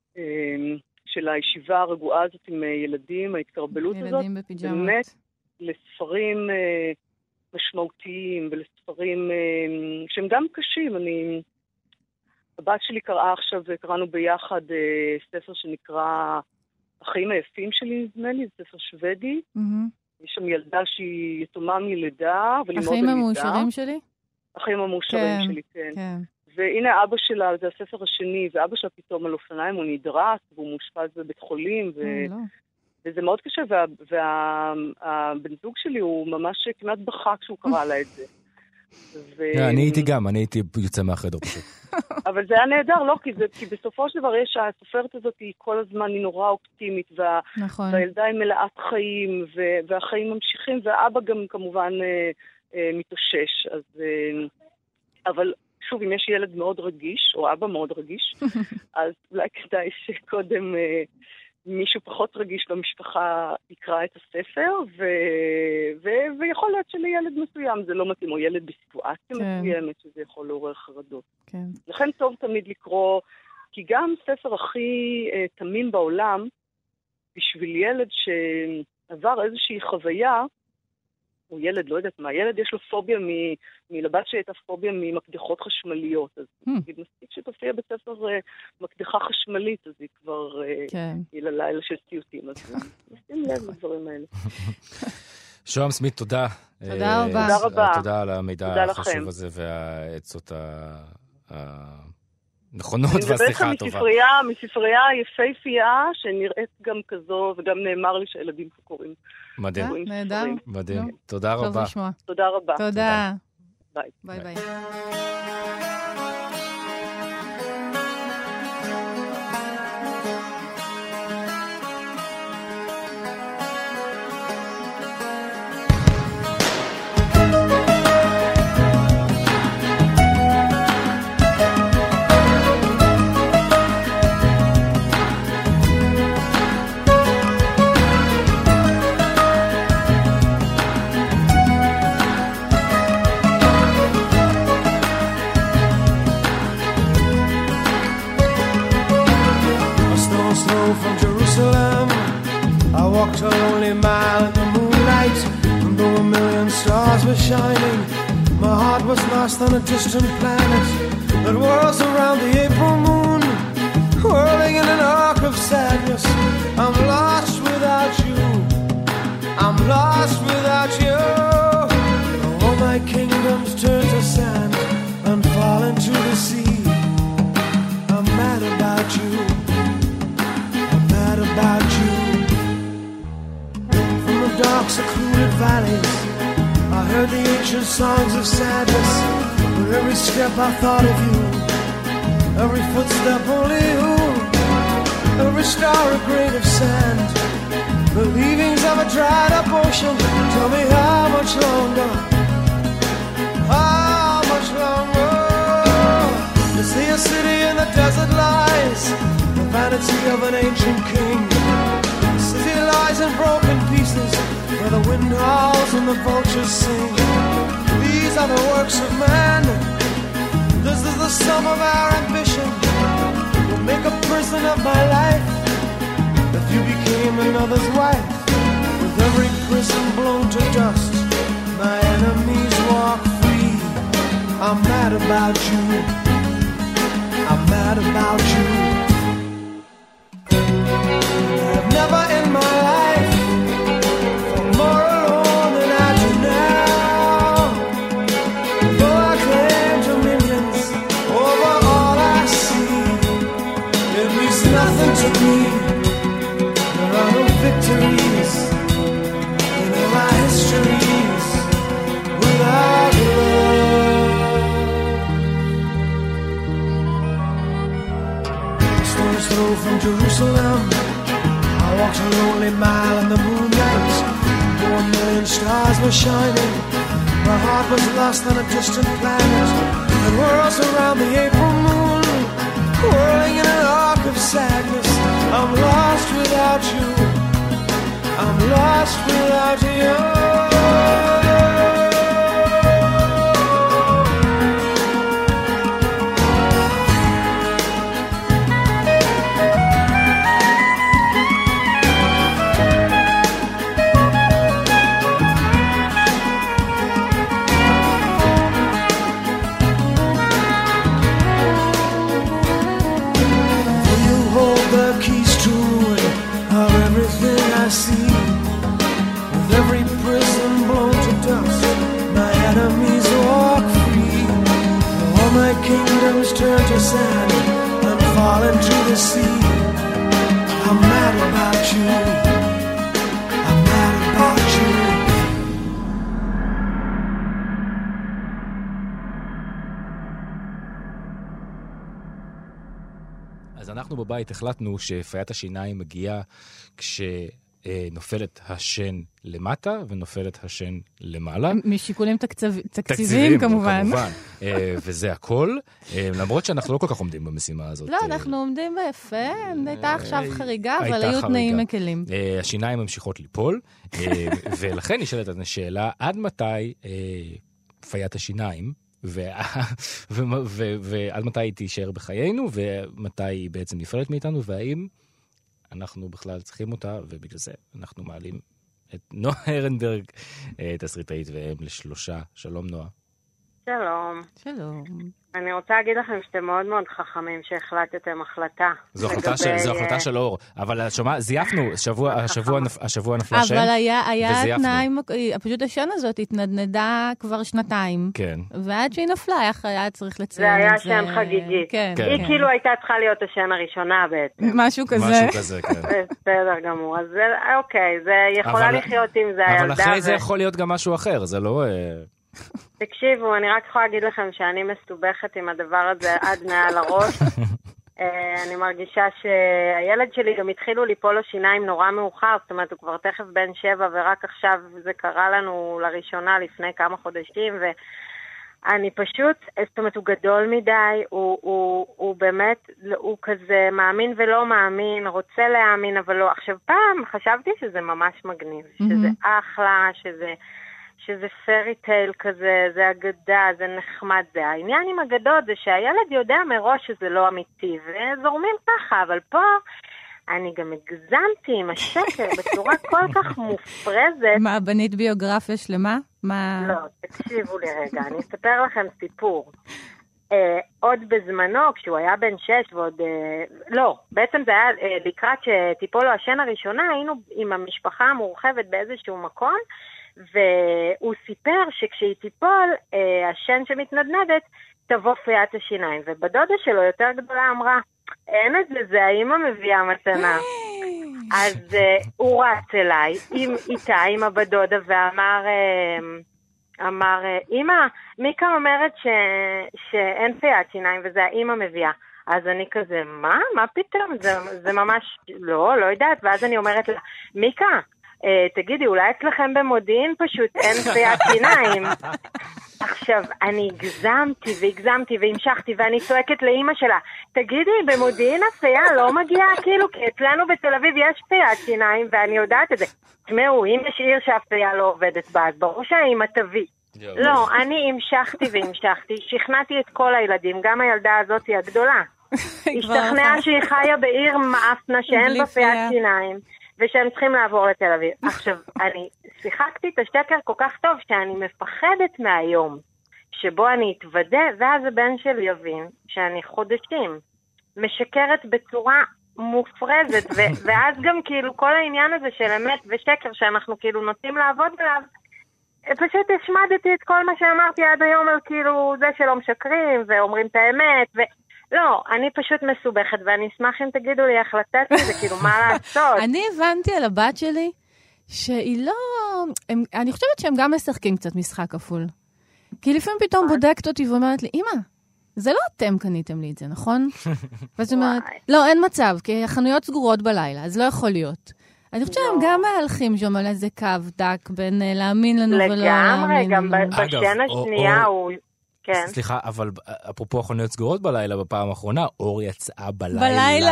של הישיבה הרגועה הזאת עם ילדים, ההתקרבלות הזאת. ילדים בפיג'מות. באמת לספרים משמעותיים ולספרים שהם גם קשים. אני, הבת שלי קראה עכשיו, קראנו ביחד ספר שנקרא החיים היפים שלי, נדמה לי, ספר שוודי. יש שם ילדה שהיא יתומה מלידה, אבל היא מאוד החיים המאושרים שלי? החיים המאושרים כן, שלי, כן. כן. והנה אבא שלה, זה הספר השני, ואבא שלה פתאום על אופניים, הוא נדרס, והוא מאושפז בבית חולים, ו... לא. וזה מאוד קשה, והבן וה... וה... זוג שלי הוא ממש כמעט בכה כשהוא קרא לה את זה. ו... אני הייתי גם, אני הייתי יוצא מהחדר פשוט. אבל זה היה נהדר, לא? כי, זה, כי בסופו של דבר יש, הסופרת הזאת היא כל הזמן, היא נורא אופטימית, וה, נכון. והילדה היא מלאת חיים, ו, והחיים ממשיכים, והאבא גם כמובן אה, אה, מתאושש. אז, אה, אבל שוב, אם יש ילד מאוד רגיש, או אבא מאוד רגיש, אז אולי כדאי שקודם אה, מישהו פחות רגיש במשפחה יקרא את הספר, ו, ו, ויכול להיות שלילד מסוים זה לא מתאים, או ילד בסיטואציה כן. מסוימת, שזה יכול לעורר חרדות. כן. לכן טוב תמיד לקרוא, כי גם ספר הכי אה, תמים בעולם, בשביל ילד שעבר איזושהי חוויה, הוא ילד, לא יודעת מה, ילד יש לו פוביה מ... מלבת שהייתה פוביה ממקדחות חשמליות, אז hmm. נגיד מספיק שתופיע בספר אה, מקדחה חשמלית, אז היא כבר כן. היא ללילה של סיוטים, אז נשים לב לדברים האלה. שוהם סמית, תודה. תודה רבה. תודה רבה. תודה על המידע החשוב הזה והעצות נכונות אני מדברת והשיחה איתך הטובה. מספרייה, מספרייה יפהפייה, שנראית גם כזו, וגם נאמר לי שהילדים פה קוראים. מדהים, קוראים נהדר. ספרים. מדהים. נו. תודה טוב רבה. לשמוע. תודה רבה. תודה. ביי. ביי ביי. From Jerusalem, I walked a lonely mile in the moonlight, and though a million stars were shining, my heart was lost on a distant planet that whirls around the April moon, whirling in an arc of sadness. I'm lost without you, I'm lost without you. All my kingdoms turn to sand and fall into the sea. I'm mad about you, about you. From the dark secluded valleys I heard the ancient songs of sadness. With every step I thought of you, every footstep only you, every star a grain of sand, the leavings of a dried up ocean. Tell me how much longer, how much longer? You see a city in the desert lies, the vanity of an ancient king. The city lies in broken pieces, where the wind howls and the vultures sing. These are the works of man, this is the sum of our ambition. You'll make a prison of my life if you became another's wife. With every prison blown to dust, my enemies walk free. I'm mad about you, I'm mad about you. I've never in my life felt more alone than I do now. Though I claim dominions over all I see, it means nothing to me. There are no victories in all our histories without love. Stones throw from Jerusalem, I walked a lonely mile in the moonlight. Though a million stars were shining, my heart was lost on a distant planet that whirls around the April moon, whirling in an arc of sadness. I'm lost without you, I'm lost without you. I see, with every prison blown to dust, my enemies walk free. All my kingdoms turn to sand and fall into the sea. I'm mad about you, I'm mad about you. אז אנחנו בבית החלטנו שפיית השיניים מגיעה כש... נופלת השן למטה ונופלת השן למעלה. משיקולים תקציביים כמובן. כמובן. וזה הכל, למרות שאנחנו לא כל כך עומדים במשימה הזאת. לא, אנחנו עומדים ביפה, הייתה עכשיו חריגה, אבל היו תנאים מקלים. השיניים ממשיכות ליפול, ולכן נשאלת השאלה, עד מתי פיית השיניים, ועד מתי היא תישאר בחיינו, ומתי היא בעצם נפרדת מאיתנו, והאם אנחנו בכלל צריכים אותה, ובגלל זה אנחנו מעלים את נועה הרנברג, תסריטאית ואם לשלושה. שלום נועה. שלום. שלום. אני רוצה להגיד לכם שאתם מאוד מאוד חכמים שהחלטתם החלטה. זו החלטה של, זו החלטה של אור. אבל השומע, זייפנו, השבוע, השבוע, השבוע נפלה שם, אבל היה, היה וזייפנו. תנאי, פשוט השן הזאת התנדנדה כבר שנתיים. כן. ועד שהיא נפלה, היה, היה צריך לציין זה היה את זה. שם חגיגי. כן, כן. היא כן. כאילו הייתה צריכה להיות השן הראשונה בעצם. משהו כזה. משהו כזה, כן. בסדר גמור. אז זה, אוקיי, זה יכולה אבל- לחיות עם זה הילדה. אבל אחרי זה ו- יכול להיות גם משהו אחר, זה לא... אה, תקשיבו, אני רק יכולה להגיד לכם שאני מסובכת עם הדבר הזה עד מעל הראש. אה, אני מרגישה שהילד שלי גם התחילו ליפול לו שיניים נורא מאוחר, זאת אומרת, הוא כבר תכף בן שבע, ורק עכשיו זה קרה לנו לראשונה לפני כמה חודשים, ואני פשוט, זאת אומרת, הוא גדול מדי, הוא, הוא, הוא באמת, הוא כזה מאמין ולא מאמין, רוצה להאמין, אבל לא. עכשיו, פעם חשבתי שזה ממש מגניב, שזה אחלה, שזה... שזה פרי טייל כזה, זה אגדה, זה נחמד. זה העניין עם אגדות, זה שהילד יודע מראש שזה לא אמיתי, וזורמים ככה, אבל פה אני גם הגזמתי עם השקר בצורה כל כך מופרזת. מה, בנית ביוגרפיה שלמה? מה... לא, תקשיבו לי רגע, אני אספר לכם סיפור. אה, עוד בזמנו, כשהוא היה בן שש ועוד... אה, לא, בעצם זה היה אה, לקראת שטיפול לו השן הראשונה, היינו עם המשפחה המורחבת באיזשהו מקום, והוא סיפר שכשהיא תיפול, אה, השן שמתנדנדת תבוא פיית השיניים. ובדודה שלו יותר גדולה אמרה, אין את זה, זה האמא מביאה מתנה. אז אה, הוא רץ אליי עם איתה, עם הבדודה, ואמר, אה, אמר, אה, אמא, מיקה אומרת ש, שאין פיית שיניים וזה האמא מביאה. אז אני כזה, מה? מה פתאום? זה, זה ממש, לא, לא יודעת. ואז אני אומרת לה, מיקה, Uh, תגידי, אולי אצלכם במודיעין פשוט אין פיית שיניים. עכשיו, אני הגזמתי והגזמתי והמשכתי, ואני צועקת לאמא שלה, תגידי, במודיעין הפייה לא מגיעה, כאילו, כי אצלנו בתל אביב יש פיית שיניים, ואני יודעת את זה. תשמעו, אם יש עיר שהפייה לא עובדת בה, אז ברור שהאמא תביא. לא, אני המשכתי והמשכתי, שכנעתי את כל הילדים, גם הילדה הזאת היא הגדולה. השתכנעה שהיא חיה בעיר מאפנה שאין בה פיית שיניים. ושהם צריכים לעבור לתל אביב. עכשיו, אני שיחקתי את השקר כל כך טוב שאני מפחדת מהיום שבו אני אתוודא, ואז הבן שלי יבין שאני חודשים משקרת בצורה מופרזת, ו- ואז גם כאילו כל העניין הזה של אמת ושקר שאנחנו כאילו נוטים לעבוד עליו, פשוט השמדתי את כל מה שאמרתי עד היום על כאילו זה שלא משקרים ואומרים את האמת, ו... לא, אני פשוט מסובכת, ואני אשמח אם תגידו לי איך לתת לי, זה כאילו מה לעשות. אני הבנתי על הבת שלי, שהיא לא... הם, אני חושבת שהם גם משחקים קצת משחק כפול. כי לפעמים פתאום בודקת אותי ואומרת לי, אמא, זה לא אתם קניתם לי את זה, נכון? ואז היא אומרת, לא, אין מצב, כי החנויות סגורות בלילה, אז לא יכול להיות. אני חושבת שהם גם מהלכים שם על איזה קו דק בין להאמין לנו ולא להאמין לנו. לגמרי, גם בשן השנייה הוא... כן. סליחה, אבל אפרופו החנויות סגורות בלילה בפעם האחרונה, אור יצאה בלילה. בלילה?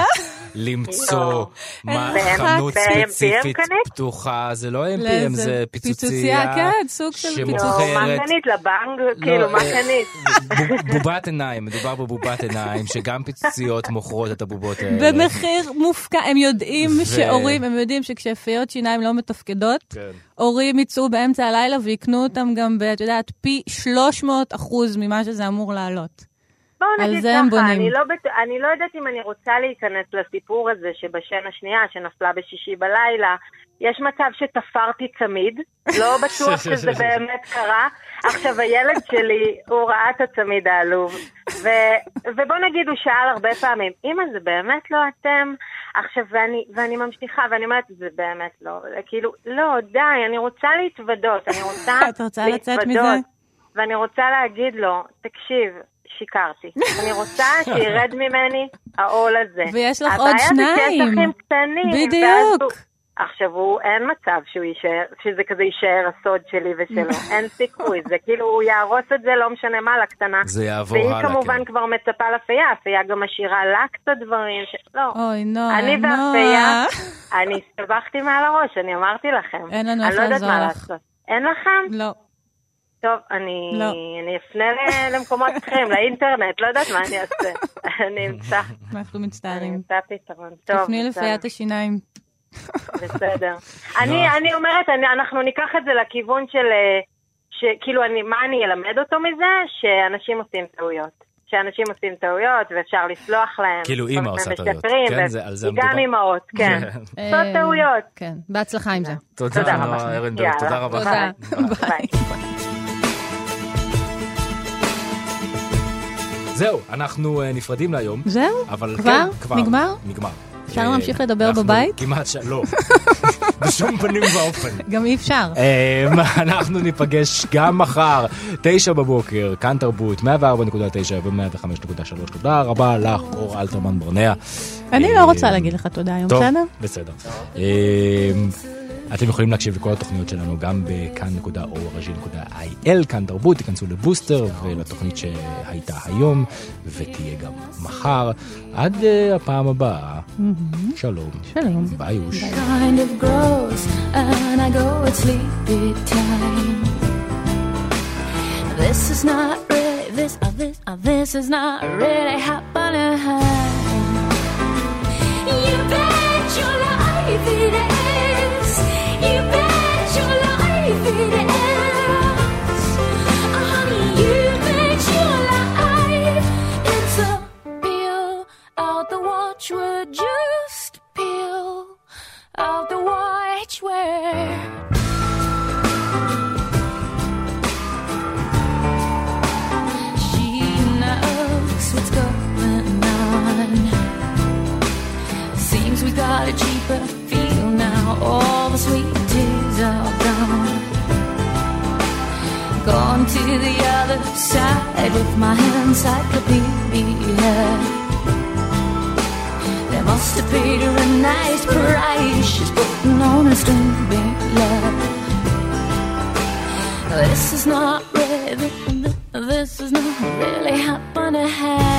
למצוא מה חנות ספציפית פתוחה. זה לא אם פי אם, זה פיצוצייה. כן, סוג של פיצוצייה. מה קנית לבנק? כאילו, מה קנית? בובת עיניים, מדובר בבובת עיניים, שגם פיצוציות מוכרות את הבובות האלה. במחיר מופקע, הם יודעים שהורים, הם יודעים שכשפיות שיניים לא מתפקדות, הורים יצאו באמצע הלילה ויקנו אותם גם, את יודעת, פי שלוש מאות אחוז ממה שזה אמור לעלות. בואו נגיד ככה, אני לא, בת... אני לא יודעת אם אני רוצה להיכנס לסיפור הזה שבשן השנייה, שנפלה בשישי בלילה, יש מצב שתפרתי צמיד, לא בטוח שזה באמת קרה. עכשיו הילד שלי, הוא ראה את הצמיד העלוב, ו... ובוא נגיד הוא שאל הרבה פעמים, אמא זה באמת לא אתם? עכשיו ואני, ואני ממשיכה ואני אומרת, זה באמת לא, כאילו, לא, די, אני רוצה להתוודות, אני רוצה, את רוצה לצאת מזה? ואני רוצה להגיד לו, תקשיב, שיקרתי. אני רוצה שירד ממני העול הזה. ויש לך עוד שניים. הבעיה זה שיש לכם קטנים. בדיוק. עכשיו, הוא, אין מצב שהוא יישאר, שזה כזה יישאר הסוד שלי ושלו. אין סיכוי. זה כאילו, הוא יהרוס את זה, לא משנה מה, לקטנה. זה יעבור הלאה. והיא כמובן כבר מצפה לפייה. הפייה גם משאירה לה קצת דברים. ש... לא. אוי, נועה, אני והפייה, אני הסתבכתי מעל הראש, אני אמרתי לכם. אין לנו איך לעזור לך. אין לכם? לא. טוב, אני, לא. אני אפנה למקומות אחרים, לאינטרנט, לא יודעת מה אני אעשה. אני אמצא. אנחנו מצטערים. אני אמצא פתרון. טוב, תפני לפיית השיניים. בסדר. אני, אני אומרת, אני, אנחנו ניקח את זה לכיוון של, שכאילו, אני, מה אני אלמד אותו מזה? שאנשים עושים טעויות. שאנשים עושים טעויות, ואפשר לסלוח להם. כאילו אימא עושה טעויות. כן, זה, על זה מדובר. גם אימהות, כן. עושות טעויות. כן, בהצלחה עם זה. תודה, נועה ארנברג, תודה רבה. תודה. ביי. זהו, אנחנו נפרדים להיום. זהו? אבל כבר? כבר? נגמר? נגמר. אפשר להמשיך לדבר בבית? כמעט ש... לא. בשום פנים ואופן. גם אי אפשר. אנחנו ניפגש גם מחר, תשע בבוקר, כאן תרבות, מאה וארבע נקודה תשע ו-מאה וחמש נקודה שלוש. תודה רבה לך, אור אלתרמן ברנע. אני לא רוצה להגיד לך תודה היום, בסדר? טוב, בסדר. אתם יכולים להקשיב לכל התוכניות שלנו גם בכאן נקודה או אר ג'י נקודה איי אל, כאן תרבות, תיכנסו לבוסטר ולתוכנית שהייתה היום ותהיה גם מחר. עד uh, הפעם הבאה. Mm-hmm. שלום. שלום. ביי אוש. Kind of grows and I go at sleepy time. This is not really this uh, this uh, this is not really happening. You bet your life it is. You bet your life it is. Oh, honey, you bet your life it's a peel out the watchword, just peel out the watchword. She knows what's going on. Seems we got a cheaper feel now. All the sweet tears are gone. Gone to the other side with my encyclopedia. They must have paid her a nice price. She's putting on a string love. This is not really, this is not really happening.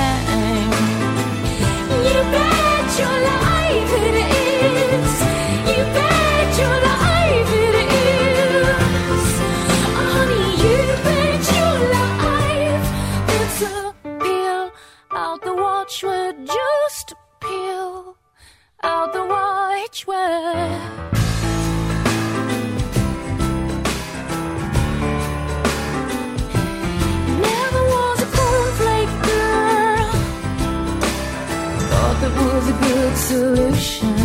You bet your life it is. You bet your life it is. Oh, honey, you bet your life. It's a peel out the watchword, just peel out the watchword. Never was a cornflake girl. Thought that was a good solution.